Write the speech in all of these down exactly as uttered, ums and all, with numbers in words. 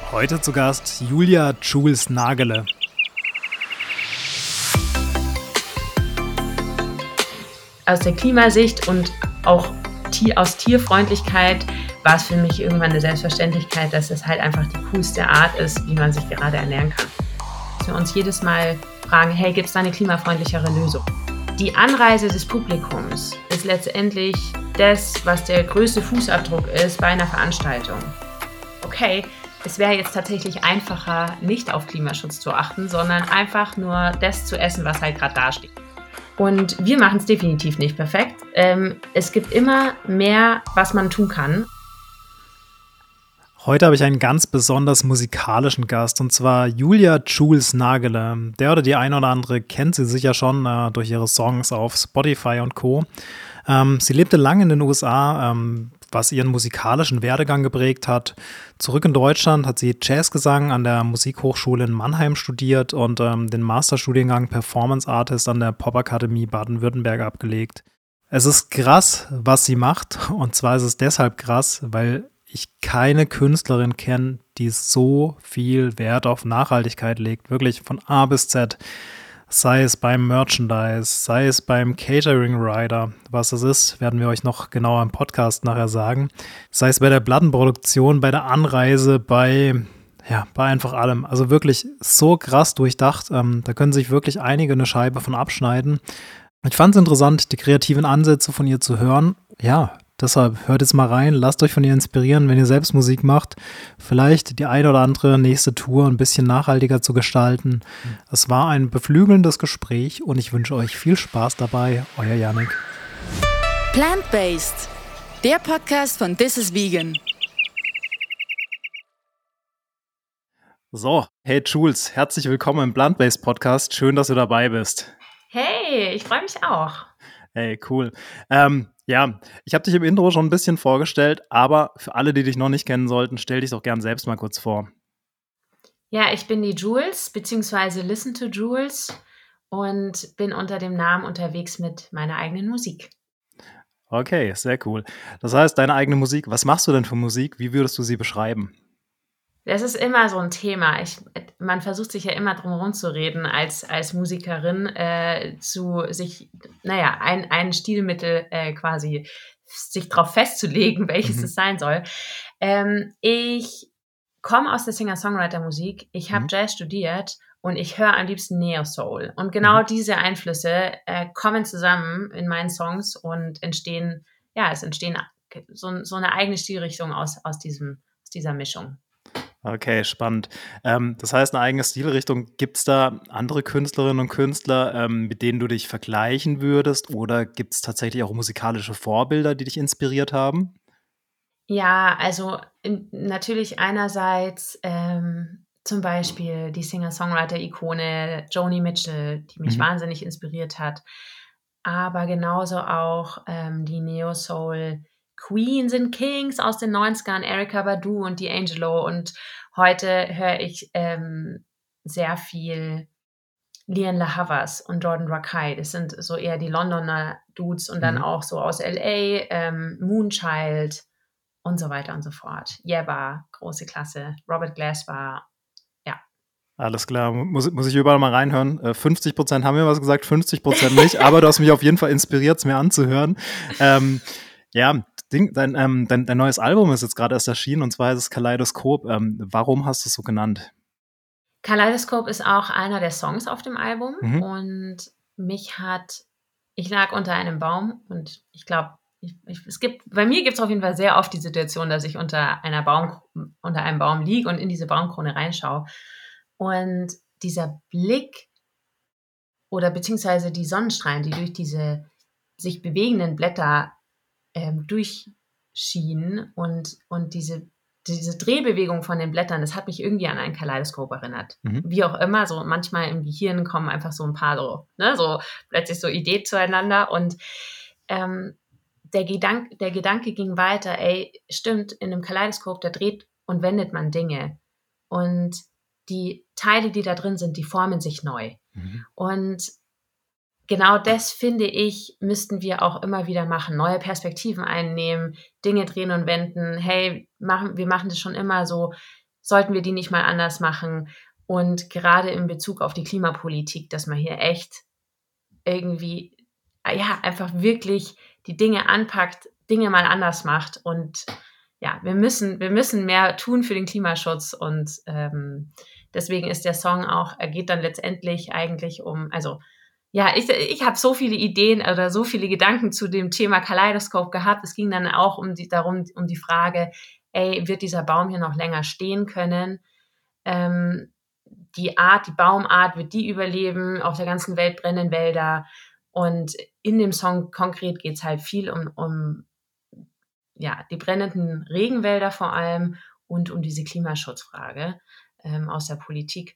Heute zu Gast Julia Jules-Nagele. Aus der Klimasicht und auch aus Tierfreundlichkeit war es für mich irgendwann eine Selbstverständlichkeit, dass es halt einfach die coolste Art ist, wie man sich gerade ernähren kann. Dass wir uns jedes Mal fragen, hey, gibt es da eine klimafreundlichere Lösung? Die Anreise des Publikums ist letztendlich das, was der größte Fußabdruck ist bei einer Veranstaltung. Okay, es wäre jetzt tatsächlich einfacher, nicht auf Klimaschutz zu achten, sondern einfach nur das zu essen, was halt gerade da steht. Und wir machen es definitiv nicht perfekt. Ähm, es gibt immer mehr, was man tun kann. Heute habe ich einen ganz besonders musikalischen Gast, und zwar Julia Jules-Nagele. Der oder die eine oder andere kennt sie sicher schon äh, durch ihre Songs auf Spotify und Co. Ähm, sie lebte lange in den U S A, ähm, was ihren musikalischen Werdegang geprägt hat. Zurück in Deutschland hat sie Jazzgesang an der Musikhochschule in Mannheim studiert und ähm, den Masterstudiengang Performance Artist an der Popakademie Baden-Württemberg abgelegt. Es ist krass, was sie macht, und zwar ist es deshalb krass, weil ich keine Künstlerin kenne, die so viel Wert auf Nachhaltigkeit legt, wirklich von A bis Z. Sei es beim Merchandise, sei es beim Catering Rider, was das ist, werden wir euch noch genauer im Podcast nachher sagen. Sei es bei der Plattenproduktion, bei der Anreise, bei, ja, bei einfach allem. Also wirklich so krass durchdacht. Ähm, da können sich wirklich einige eine Scheibe von abschneiden. Ich fand es interessant, die kreativen Ansätze von ihr zu hören. Ja, deshalb hört jetzt mal rein, lasst euch von ihr inspirieren, wenn ihr selbst Musik macht, vielleicht die eine oder andere nächste Tour ein bisschen nachhaltiger zu gestalten. Es war ein beflügelndes Gespräch und ich wünsche euch viel Spaß dabei. Euer Yannick. Plant-Based, der Podcast von This is Vegan. So, hey Jules, herzlich willkommen im Plant-Based Podcast. Schön, dass du dabei bist. Hey, ich freue mich auch. Hey, cool. Ähm, ja, ich habe dich im Intro schon ein bisschen vorgestellt, aber für alle, die dich noch nicht kennen sollten, stell dich doch gern selbst mal kurz vor. Ja, ich bin die Jules, beziehungsweise Listen to Jules, und bin unter dem Namen unterwegs mit meiner eigenen Musik. Okay, sehr cool. Das heißt, deine eigene Musik, was machst du denn für Musik? Wie würdest du sie beschreiben? Das ist immer so ein Thema. Ich, man versucht sich ja immer drum herum zu reden, als, als Musikerin äh, zu sich, naja, ein, ein Stilmittel äh, quasi sich drauf festzulegen, welches Mhm. es sein soll. Ähm, ich komme aus der Singer-Songwriter-Musik. Ich habe Mhm. Jazz studiert und ich höre am liebsten Neo-Soul. Und genau Mhm. diese Einflüsse äh, kommen zusammen in meinen Songs und entstehen, ja, es entstehen so, so eine eigene Stilrichtung aus, aus, diesem, aus dieser Mischung. Okay, spannend. Ähm, das heißt, eine eigene Stilrichtung. Gibt es da andere Künstlerinnen und Künstler, ähm, mit denen du dich vergleichen würdest? Oder gibt es tatsächlich auch musikalische Vorbilder, die dich inspiriert haben? Ja, also in, natürlich einerseits ähm, zum Beispiel die Singer-Songwriter-Ikone Joni Mitchell, die mich Mhm. wahnsinnig inspiriert hat, aber genauso auch ähm, die Neo-Soul Queens and Kings aus den neunzigern, Erykah Badu und D'Angelo, und heute höre ich ähm, sehr viel Liam La Havas und Jordan Rakei. Das sind so eher die Londoner Dudes, und dann Mhm. auch so aus L A, ähm, Moonchild und so weiter und so fort. Yebba, große Klasse. Robert Glasper, ja. Alles klar, muss, muss ich überall mal reinhören. Äh, fünfzig Prozent haben mir was gesagt, fünfzig Prozent nicht, aber du hast mich auf jeden Fall inspiriert, es mir anzuhören. Ähm, ja, Ding, dein, ähm, dein, dein neues Album ist jetzt gerade erst erschienen, und zwar ist es Kaleidoskop. Ähm, warum hast du es so genannt? Kaleidoskop ist auch einer der Songs auf dem Album, Mhm. und mich hat, ich lag unter einem Baum, und ich glaube, ich, ich, es gibt, bei mir gibt es auf jeden Fall sehr oft die Situation, dass ich unter einer Baum, unter einem Baum liege und in diese Baumkrone reinschaue. Und dieser Blick oder beziehungsweise die Sonnenstrahlen, die durch diese sich bewegenden Blätter ähm, durchschienen, und, und diese, diese Drehbewegung von den Blättern, das hat mich irgendwie an ein Kaleidoskop erinnert. Mhm. Wie auch immer, so manchmal im Gehirn kommen einfach so ein paar so, ne, so plötzlich so Ideen zueinander, und ähm, der, Gedank, der Gedanke ging weiter, ey, stimmt, in einem Kaleidoskop, da dreht und wendet man Dinge, und die Teile, die da drin sind, die formen sich neu. Mhm. Und genau das, finde ich, müssten wir auch immer wieder machen. Neue Perspektiven einnehmen, Dinge drehen und wenden. Hey, machen, wir machen das schon immer so, sollten wir die nicht mal anders machen? Und gerade in Bezug auf die Klimapolitik, dass man hier echt irgendwie, ja, einfach wirklich die Dinge anpackt, Dinge mal anders macht. Und ja, wir müssen, wir müssen mehr tun für den Klimaschutz. Und ähm, deswegen ist der Song auch, er geht dann letztendlich eigentlich um, also ja, ich, ich habe so viele Ideen oder so viele Gedanken zu dem Thema Kaleidoskop gehabt. Es ging dann auch um die, darum, um die Frage, ey, wird dieser Baum hier noch länger stehen können? Ähm, die Art, die Baumart, wird die überleben? Auf der ganzen Welt brennen Wälder. Und in dem Song konkret geht es halt viel um, um ja, die brennenden Regenwälder vor allem und um diese Klimaschutzfrage ähm, aus der Politik.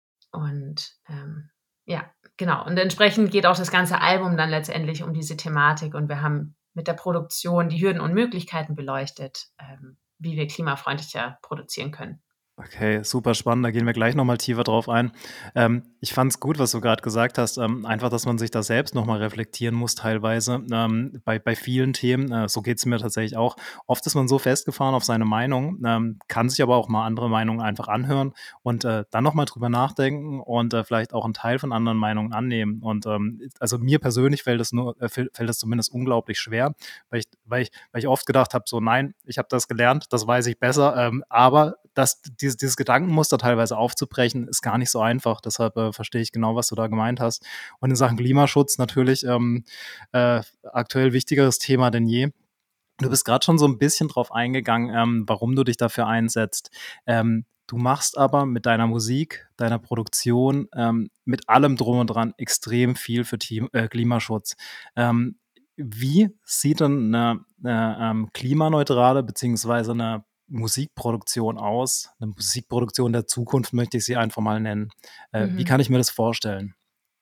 Und ähm, ja, genau. Und entsprechend geht auch das ganze Album dann letztendlich um diese Thematik. Und wir haben mit der Produktion die Hürden und Möglichkeiten beleuchtet, ähm, wie wir klimafreundlicher produzieren können. Okay, super spannend. Da gehen wir gleich nochmal tiefer drauf ein. Ähm, ich fand es gut, was du gerade gesagt hast. Ähm, einfach, dass man sich da selbst nochmal reflektieren muss, teilweise ähm, bei, bei vielen Themen. Äh, so geht es mir tatsächlich auch. Oft ist man so festgefahren auf seine Meinung, ähm, kann sich aber auch mal andere Meinungen einfach anhören und äh, dann nochmal drüber nachdenken und äh, vielleicht auch einen Teil von anderen Meinungen annehmen. Und ähm, also mir persönlich fällt es nur, äh, fällt es zumindest unglaublich schwer, weil ich, weil ich, weil ich oft gedacht habe, so nein, ich habe das gelernt, das weiß ich besser, ähm, aber das, dieses, dieses Gedankenmuster teilweise aufzubrechen, ist gar nicht so einfach. Deshalb äh, verstehe ich genau, was du da gemeint hast. Und in Sachen Klimaschutz natürlich ähm, äh, aktuell wichtigeres Thema denn je. Du bist gerade schon so ein bisschen drauf eingegangen, ähm, warum du dich dafür einsetzt. Ähm, du machst aber mit deiner Musik, deiner Produktion, ähm, mit allem drum und dran extrem viel für Team, äh, Klimaschutz. Ähm, wie sieht denn eine, eine ähm, klimaneutrale beziehungsweise eine Musikproduktion aus? Eine Musikproduktion der Zukunft möchte ich sie einfach mal nennen. Äh, Mhm. Wie kann ich mir das vorstellen?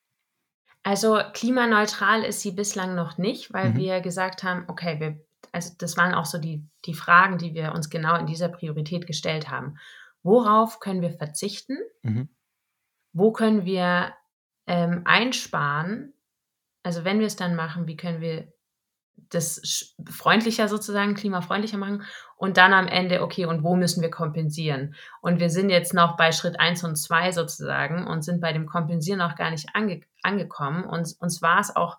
Also klimaneutral ist sie bislang noch nicht, weil Mhm. wir gesagt haben, okay, wir, also das waren auch so die, die Fragen, die wir uns genau in dieser Priorität gestellt haben. Worauf können wir verzichten? Mhm. Wo können wir ähm, einsparen? Also wenn wir es dann machen, wie können wir das freundlicher sozusagen, klimafreundlicher machen? Und dann am Ende, okay, und wo müssen wir kompensieren? Und wir sind jetzt noch bei Schritt eins und zwei sozusagen und sind bei dem Kompensieren noch gar nicht ange angekommen. Und uns war es auch,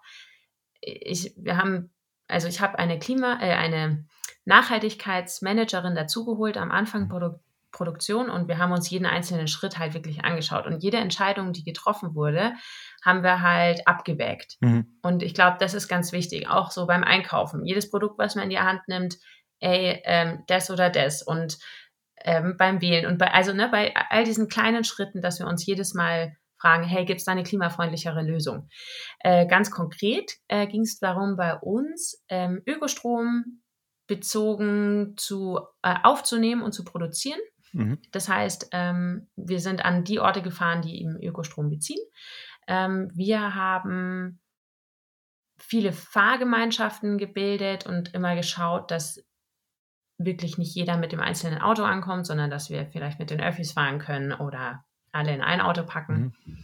ich, wir haben, also ich habe eine Klima, äh, eine Nachhaltigkeitsmanagerin dazugeholt am Anfang Produ Produktion und wir haben uns jeden einzelnen Schritt halt wirklich angeschaut. Und jede Entscheidung, die getroffen wurde, haben wir halt abgewägt. Mhm. Und ich glaube, das ist ganz wichtig, auch so beim Einkaufen. Jedes Produkt, was man in die Hand nimmt, ey, ähm, das oder das. Und ähm, beim Wählen und bei, also ne, bei all diesen kleinen Schritten, dass wir uns jedes Mal fragen, hey, gibt es da eine klimafreundlichere Lösung? Äh, ganz konkret äh, ging es darum, bei uns ähm, Ökostrom bezogen zu, äh, aufzunehmen und zu produzieren. Mhm. Das heißt, ähm, wir sind an die Orte gefahren, die eben Ökostrom beziehen. Ähm, wir haben viele Fahrgemeinschaften gebildet und immer geschaut, dass wirklich nicht jeder mit dem einzelnen Auto ankommt, sondern dass wir vielleicht mit den Öffis fahren können oder alle in ein Auto packen. Mhm.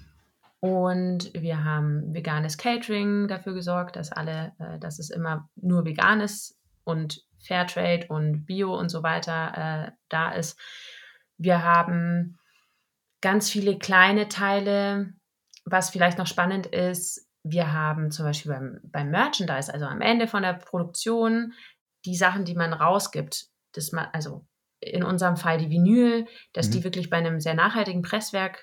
Und wir haben veganes Catering dafür gesorgt, dass alle, äh, dass es immer nur vegan ist und Fairtrade und Bio und so weiter äh, da ist. Wir haben ganz viele kleine Teile, was vielleicht noch spannend ist. Wir haben zum Beispiel beim, beim Merchandise, also am Ende von der Produktion, die Sachen, die man rausgibt, das man, also in unserem Fall die Vinyl, dass Mhm. die wirklich bei einem sehr nachhaltigen Presswerk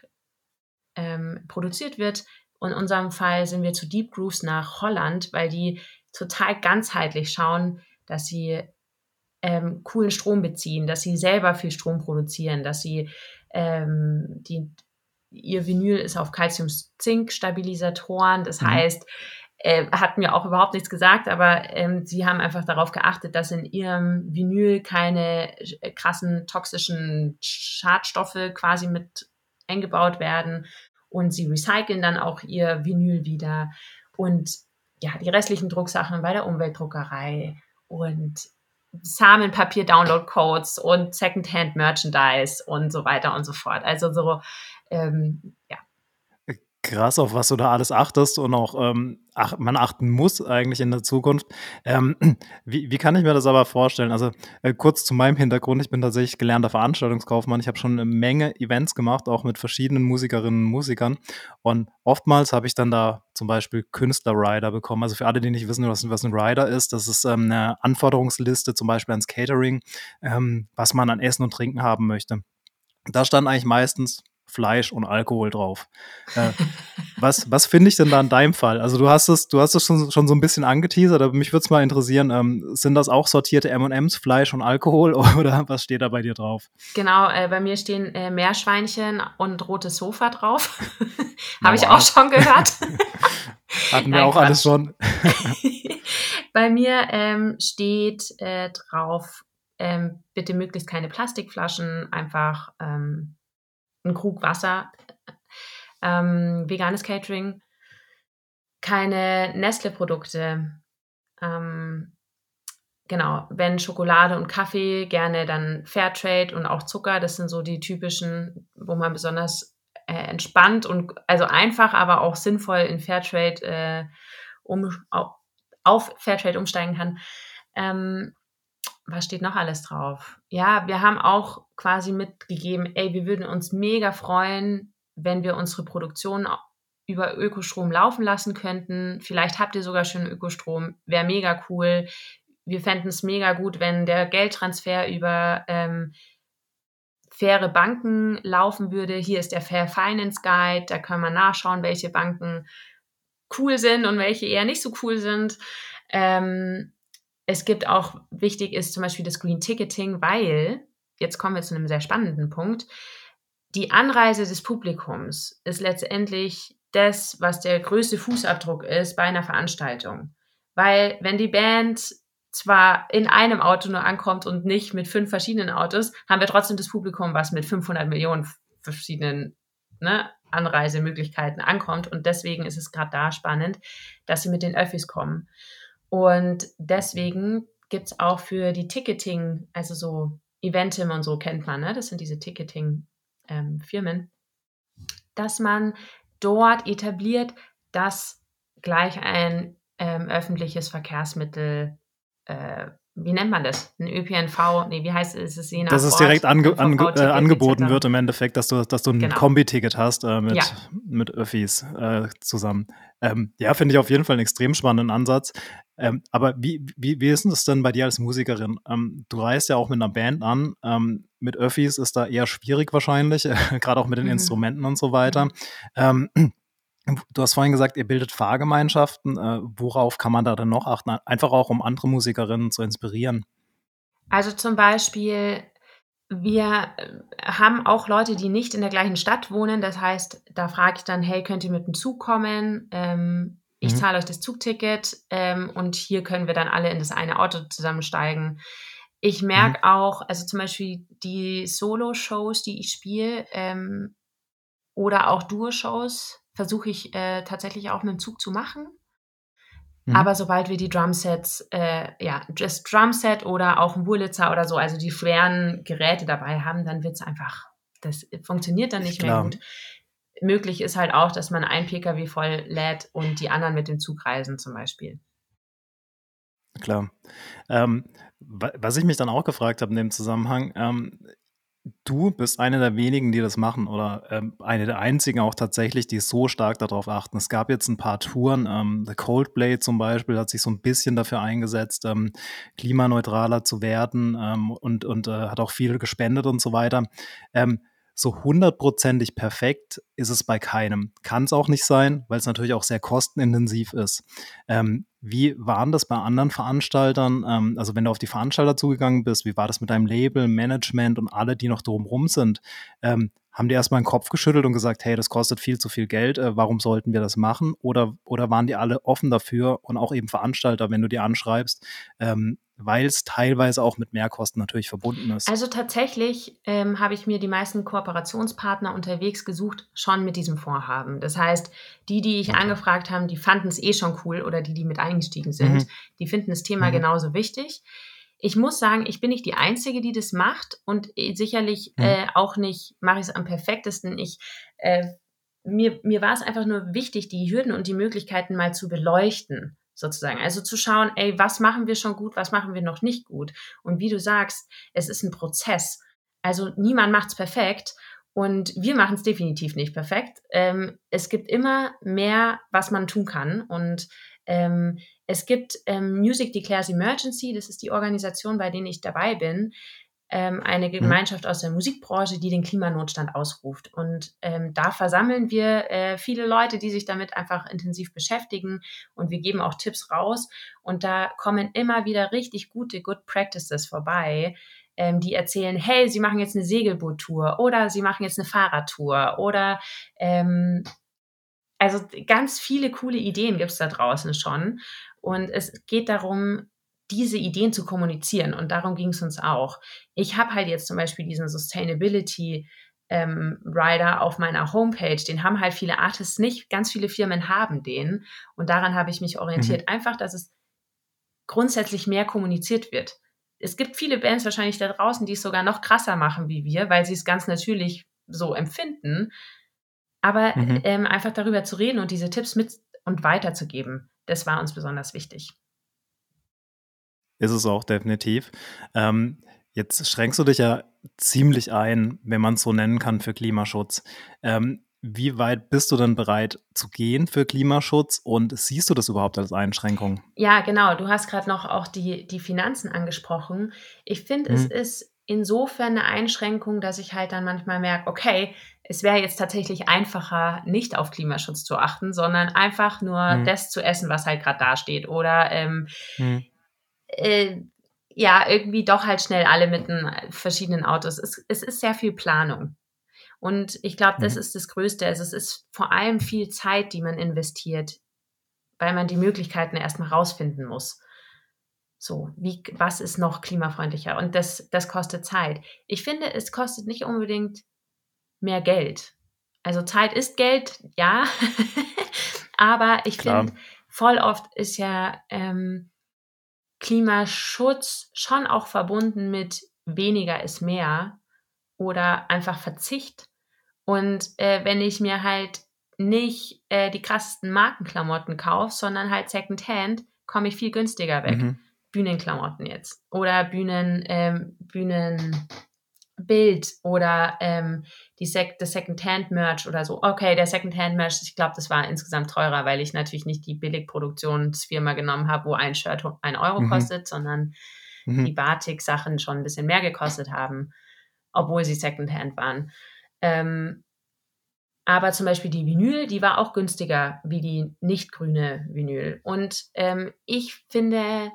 ähm, produziert wird. Und in unserem Fall sind wir zu Deep Grooves nach Holland, weil die total ganzheitlich schauen, dass sie ähm, coolen Strom beziehen, dass sie selber viel Strom produzieren, dass sie ähm, die, ihr Vinyl ist auf Calcium-Zink-Stabilisatoren. Das Mhm. heißt, äh, hat mir auch überhaupt nichts gesagt, aber ähm, sie haben einfach darauf geachtet, dass in ihrem Vinyl keine äh, krassen toxischen Schadstoffe quasi mit eingebaut werden und sie recyceln dann auch ihr Vinyl wieder und ja, die restlichen Drucksachen bei der Umweltdruckerei und Samenpapier-Download-Codes und Secondhand-Merchandise und so weiter und so fort. Also so, ähm, ja. Krass, auf was du da alles achtest und auch ähm, ach, man achten muss eigentlich in der Zukunft. Ähm, wie, wie kann ich mir das aber vorstellen? Also äh, kurz zu meinem Hintergrund, ich bin tatsächlich gelernter Veranstaltungskaufmann. Ich habe schon eine Menge Events gemacht, auch mit verschiedenen Musikerinnen und Musikern. Und oftmals habe ich dann da zum Beispiel Künstler-Rider bekommen. Also für alle, die nicht wissen, was, was ein Rider ist, das ist ähm, eine Anforderungsliste zum Beispiel ans Catering, ähm, was man an Essen und Trinken haben möchte. Da stand eigentlich meistens Fleisch und Alkohol drauf. Äh, was was finde ich denn da in deinem Fall? Also du hast es, du hast es schon, schon so ein bisschen angeteasert, aber mich würde es mal interessieren, ähm, sind das auch sortierte M und M's, Fleisch und Alkohol oder was steht da bei dir drauf? Genau, äh, bei mir stehen äh, Meerschweinchen und rotes Sofa drauf. Na Habe ich auch wow. schon gehört. Hatten wir Nein, auch alles Quatsch. schon. Bei mir ähm, steht äh, drauf, ähm, bitte möglichst keine Plastikflaschen, einfach ähm, ein Krug Wasser, ähm, veganes Catering, keine Nestle-Produkte. Ähm, genau, wenn Schokolade und Kaffee, gerne dann Fairtrade und auch Zucker. Das sind so die typischen, wo man besonders äh, entspannt und also einfach, aber auch sinnvoll in Fairtrade äh, um, auf, auf Fairtrade umsteigen kann. Ähm, was steht noch alles drauf? Ja, wir haben auch quasi mitgegeben, ey, wir würden uns mega freuen, wenn wir unsere Produktion au- über Ökostrom laufen lassen könnten. Vielleicht habt ihr sogar schon Ökostrom, wäre mega cool. Wir fänden es mega gut, wenn der Geldtransfer über ähm, faire Banken laufen würde. Hier ist der Fair Finance Guide, da kann man nachschauen, welche Banken cool sind und welche eher nicht so cool sind. Ähm, es gibt auch, wichtig ist zum Beispiel das Green Ticketing, weil, jetzt kommen wir zu einem sehr spannenden Punkt, die Anreise des Publikums ist letztendlich das, was der größte Fußabdruck ist bei einer Veranstaltung. Weil wenn die Band zwar in einem Auto nur ankommt und nicht mit fünf verschiedenen Autos, haben wir trotzdem das Publikum, was mit fünfhundert Millionen verschiedenen ne, Anreisemöglichkeiten ankommt. Und deswegen ist es gerade da spannend, dass sie mit den Öffis kommen. Und deswegen gibt es auch für die Ticketing, also so Eventim und so kennt man, ne? Das sind diese Ticketing-Firmen, dass man dort etabliert, dass gleich ein ähm, öffentliches Verkehrsmittel, äh, wie nennt man das? Ein Ö P N V, nee, wie heißt es? Ist es je nach Dass es Ort, direkt ange, ein ange, äh, V V-Ticket angeboten et cetera. wird im Endeffekt, dass du, dass du ein Genau. Kombi-Ticket hast äh, mit, Ja. mit Öffis äh, zusammen. Ähm, ja, finde ich auf jeden Fall einen extrem spannenden Ansatz. Ähm, aber wie, wie, wie ist denn das denn bei dir als Musikerin? Ähm, du reist ja auch mit einer Band an. Ähm, mit Öffis ist da eher schwierig wahrscheinlich, äh, gerade auch mit den Mhm. Instrumenten und so weiter. Mhm. Ähm, du hast vorhin gesagt, ihr bildet Fahrgemeinschaften. Äh, worauf kann man da denn noch achten? Einfach auch, um andere Musikerinnen zu inspirieren. Also zum Beispiel, wir äh, haben auch Leute, die nicht in der gleichen Stadt wohnen. Das heißt, da frage ich dann, hey, könnt ihr mit dem Zug kommen? Ähm, ich Mhm. zahle euch das Zugticket ähm, und hier können wir dann alle in das eine Auto zusammensteigen. Ich Mhm. merke auch, also zum Beispiel die Solo-Shows, die ich spiele ähm, oder auch Duo-Shows, versuche ich äh, tatsächlich auch mit dem Zug zu machen. Mhm. Aber sobald wir die Drumsets, äh, ja, das Drumset oder auch ein Wurlitzer oder so, also die schweren Geräte dabei haben, dann wird es einfach, das funktioniert dann nicht mehr Klar. gut. Möglich ist halt auch, dass man ein P K W voll lädt und die anderen mit dem Zug reisen zum Beispiel. Klar. Ähm, wa- was ich mich dann auch gefragt habe in dem Zusammenhang, ähm, du bist eine der wenigen, die das machen oder ähm, eine der einzigen auch tatsächlich, die so stark darauf achten. Es gab jetzt ein paar Touren, ähm, The Coldplay zum Beispiel hat sich so ein bisschen dafür eingesetzt, ähm, klimaneutraler zu werden ähm, und, und äh, hat auch viel gespendet und so weiter. Ähm, so hundertprozentig perfekt ist es bei keinem. Kann es auch nicht sein, weil es natürlich auch sehr kostenintensiv ist. Ähm, wie waren das bei anderen Veranstaltern? Ähm, also wenn du auf die Veranstalter zugegangen bist, wie war das mit deinem Label, Management und alle, die noch drumherum sind? Ähm, haben die erstmal den Kopf geschüttelt und gesagt, hey, das kostet viel zu viel Geld, äh, warum sollten wir das machen? Oder, oder waren die alle offen dafür und auch eben Veranstalter, wenn du die anschreibst, ähm, weil es teilweise auch mit Mehrkosten natürlich verbunden ist? Also tatsächlich ähm, habe ich mir die meisten Kooperationspartner unterwegs gesucht, schon mit diesem Vorhaben. Das heißt, die, die ich Okay. angefragt habe, die fanden es eh schon cool oder die, die mit eingestiegen sind, Mhm. die finden das Thema Mhm. genauso wichtig. Ich muss sagen, ich bin nicht die Einzige, die das macht und eh sicherlich Mhm. äh, auch nicht, mache ich es am perfektesten. Ich äh, mir, mir war es einfach nur wichtig, die Hürden und die Möglichkeiten mal zu beleuchten, sozusagen. Also zu schauen, ey, was machen wir schon gut, was machen wir noch nicht gut? Und wie du sagst, es ist ein Prozess. Also niemand macht es perfekt und wir machen es definitiv nicht perfekt. Ähm, es gibt immer mehr, was man tun kann. Und ähm, es gibt ähm, Music Declares Emergency, das ist die Organisation, bei denen ich dabei bin, ähm, eine Gemeinschaft mhm. aus der Musikbranche, die den Klimanotstand ausruft. Und ähm, da versammeln wir äh, viele Leute, die sich damit einfach intensiv beschäftigen, und wir geben auch Tipps raus. Und da kommen immer wieder richtig gute Good Practices vorbei, ähm, die erzählen, hey, sie machen jetzt eine Segelboottour oder sie machen jetzt eine Fahrradtour oder ähm, also ganz viele coole Ideen gibt es da draußen schon. Und es geht darum, diese Ideen zu kommunizieren. Und darum ging es uns auch. Ich habe halt jetzt zum Beispiel diesen Sustainability ähm, Rider auf meiner Homepage. Den haben halt viele Artists nicht. Ganz viele Firmen haben den. Und daran habe ich mich orientiert. Mhm. Einfach, dass es grundsätzlich mehr kommuniziert wird. Es gibt viele Bands wahrscheinlich da draußen, die es sogar noch krasser machen wie wir, weil sie es ganz natürlich so empfinden. Aber mhm. ähm, einfach darüber zu reden und diese Tipps mit und weiterzugeben, das war uns besonders wichtig. Ist es auch definitiv. Ähm, jetzt schränkst du dich ja ziemlich ein, wenn man es so nennen kann, für Klimaschutz. Ähm, wie weit bist du denn bereit zu gehen für Klimaschutz und siehst du das überhaupt als Einschränkung? Ja, genau. Du hast gerade noch auch die, die Finanzen angesprochen. Ich finde, hm. es ist insofern eine Einschränkung, dass ich halt dann manchmal merke, okay, es wäre jetzt tatsächlich einfacher, nicht auf Klimaschutz zu achten, sondern einfach nur hm. das zu essen, was halt gerade da steht. Oder ähm, hm. äh, ja, irgendwie doch halt schnell alle mit den verschiedenen Autos. Es, es ist sehr viel Planung. Und ich glaube, das mhm. ist das Größte. Also es ist vor allem viel Zeit, die man investiert, weil man die Möglichkeiten erstmal rausfinden muss. So, wie, was ist noch klimafreundlicher? Und das, das kostet Zeit. Ich finde, es kostet nicht unbedingt mehr Geld. Also Zeit ist Geld, ja. Aber ich finde, voll oft ist ja ähm, Klimaschutz schon auch verbunden mit weniger ist mehr oder einfach Verzicht. Und äh, wenn ich mir halt nicht äh, die krassesten Markenklamotten kaufe, sondern halt Secondhand, komme ich viel günstiger weg. Mhm. Bühnenklamotten jetzt oder Bühnen, ähm, Bühnenbild oder ähm, die Sek- das Secondhand-Merch oder so. Okay, der Secondhand-Merch, ich glaube, das war insgesamt teurer, weil ich natürlich nicht die Billigproduktionsfirma genommen habe, wo ein Shirt ein Euro mhm. kostet, sondern mhm. die Batik-Sachen schon ein bisschen mehr gekostet haben, obwohl sie Secondhand waren. Ähm, aber zum Beispiel die Vinyl, die war auch günstiger wie die nicht grüne Vinyl. Und ähm, ich finde,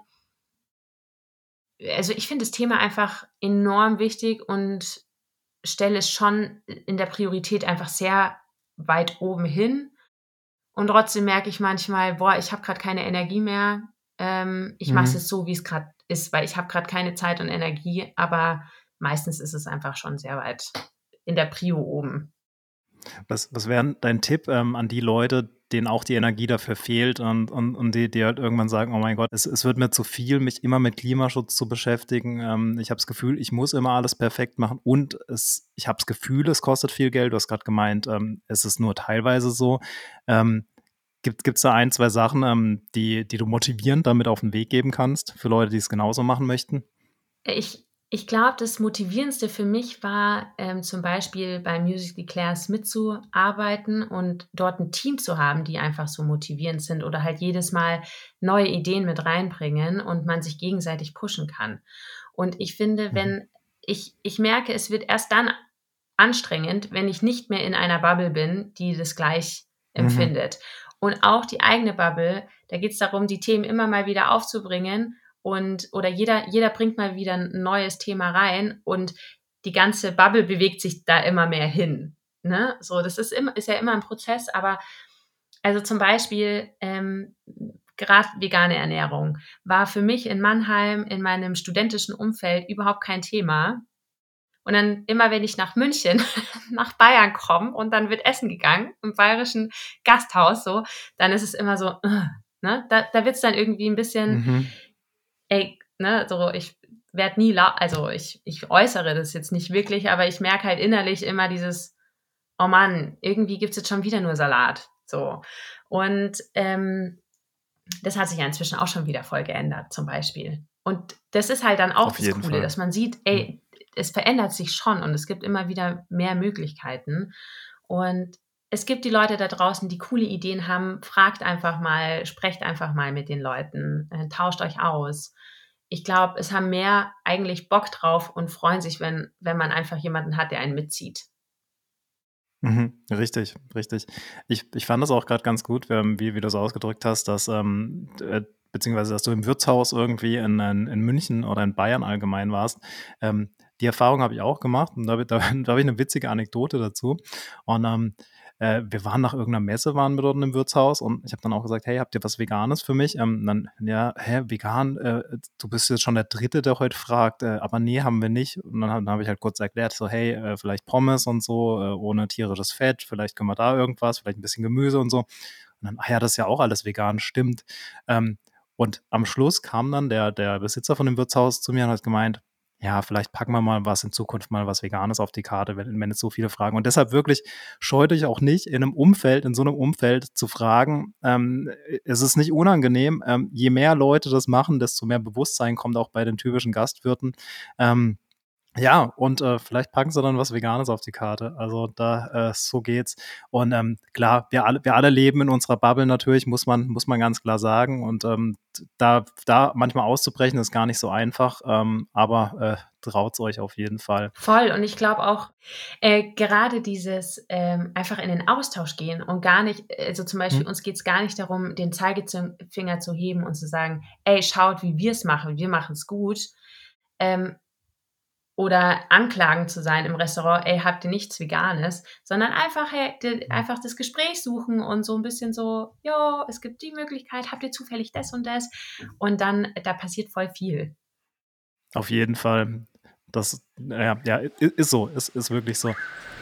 also ich finde das Thema einfach enorm wichtig und stelle es schon in der Priorität einfach sehr weit oben hin. Und trotzdem merke ich manchmal, boah, ich habe gerade keine Energie mehr. Ähm, ich mhm. mache es so, wie es gerade ist, weil ich habe gerade keine Zeit und Energie. Aber meistens ist es einfach schon sehr weit in der Prio oben. Was, was wäre dein Tipp ähm, an die Leute, denen auch die Energie dafür fehlt und, und, und die, die halt irgendwann sagen, oh mein Gott, es, es wird mir zu viel, mich immer mit Klimaschutz zu beschäftigen. Ähm, ich habe das Gefühl, ich muss immer alles perfekt machen und es, ich habe das Gefühl, es kostet viel Geld. Du hast gerade gemeint, ähm, es ist nur teilweise so. Ähm, gibt es da ein, zwei Sachen, ähm, die, die du motivierend damit auf den Weg geben kannst für Leute, die es genauso machen möchten? Ich Ich glaube, das Motivierendste für mich war, ähm, zum Beispiel bei Music Declares mitzuarbeiten und dort ein Team zu haben, die einfach so motivierend sind oder halt jedes Mal neue Ideen mit reinbringen und man sich gegenseitig pushen kann. Und ich finde, mhm. wenn ich, ich merke, es wird erst dann anstrengend, wenn ich nicht mehr in einer Bubble bin, die das gleich mhm. empfindet. Und auch die eigene Bubble, da geht es darum, die Themen immer mal wieder aufzubringen. Und, oder jeder, jeder bringt mal wieder ein neues Thema rein und die ganze Bubble bewegt sich da immer mehr hin. Ne? So, das ist, immer, ist ja immer ein Prozess, aber also zum Beispiel ähm, gerade vegane Ernährung war für mich in Mannheim in meinem studentischen Umfeld überhaupt kein Thema. Und dann immer, wenn ich nach München, nach Bayern komme und dann wird essen gegangen im bayerischen Gasthaus, so, dann ist es immer so, uh, ne? Da, da wird es dann irgendwie ein bisschen... Mhm. Ey, ne, so ich werde nie, la- also ich, ich äußere das jetzt nicht wirklich, aber ich merke halt innerlich immer dieses, oh Mann, irgendwie gibt es jetzt schon wieder nur Salat. So. Und ähm, das hat sich ja inzwischen auch schon wieder voll geändert, zum Beispiel. Und das ist halt dann auch Auf das jeden Coole, Fall. dass man sieht, ey, es verändert sich schon und es gibt immer wieder mehr Möglichkeiten. Und es gibt die Leute da draußen, die coole Ideen haben. Fragt einfach mal, sprecht einfach mal mit den Leuten, äh, tauscht euch aus. Ich glaube, es haben mehr eigentlich Bock drauf und freuen sich, wenn, wenn man einfach jemanden hat, der einen mitzieht. Mhm, richtig, richtig. Ich ich fand das auch gerade ganz gut, ähm, wie wie du so ausgedrückt hast, dass, ähm, d äh, beziehungsweise dass du im Wirtshaus irgendwie in in in München oder in Bayern allgemein warst. Ähm, die Erfahrung habe ich auch gemacht und da habe da da habe ich 'ne witzige Anekdote dazu. Und, ähm, äh, wir waren nach irgendeiner Messe waren wir dort in 'nem Wirtshaus und ich habe dann auch gesagt: „Hey, habt ihr was Veganes für mich?“ Ähm, und dann: „Ja, hä, vegan? Äh, du bist jetzt schon der Dritte, der heute fragt, äh, aber nee, haben wir nicht.“ Und dann habe dann habe ich halt kurz erklärt, so: „Hey, äh, vielleicht Pommes und so, äh, ohne tierisches Fett, vielleicht können wir da irgendwas, vielleicht 'n bisschen Gemüse und so.“ Und dann: „Ah ja, das ist ja auch alles vegan, stimmt.“ Ähm, und am Schluss kam dann der der Besitzer von dem Wirtshaus zu mir und hat gemeint: „Ja, vielleicht packen wir mal was in Zukunft mal was Veganes auf die Karte, wenn wenn jetzt so viele fragen.“ Und deshalb wirklich, scheut euch auch nicht, in 'nem Umfeld in so 'nem Umfeld zu fragen. Ähm, äh, es ist nicht unangenehm. Ähm, je mehr Leute das machen, desto mehr Bewusstsein kommt auch bei den typischen Gastwirten. Ähm, ja, und, äh, vielleicht packen sie dann was Veganes auf die Karte. Also da äh, so geht's. Und, ähm, klar, wir alle wir alle leben in unserer Bubble natürlich, muss man muss man ganz klar sagen. Und, ähm, d da da manchmal auszubrechen, ist gar nicht so einfach, ähm, aber, äh, traut's euch auf jeden Fall. Voll. Und ich glaube auch, äh, gerade dieses, ähm, einfach in den Austausch gehen und gar nicht also, zum Beispiel, Mhm. uns geht's gar nicht darum, den Zeigezum Finger zu heben und zu sagen: „Ey, schaut, wie wir's machen. Wir machen's gut.“ Ähm, oder anklagend zu sein im Restaurant: „Ey, habt ihr nichts Veganes?“ Sondern einfach, hey, d Mhm. einfach das Gespräch suchen und so 'n bisschen so: „Ja, es gibt die Möglichkeit. Habt ihr zufällig das und das?“ Und dann da passiert voll viel. Auf jeden Fall. Das ja, ja, i ist so, ist ist wirklich so.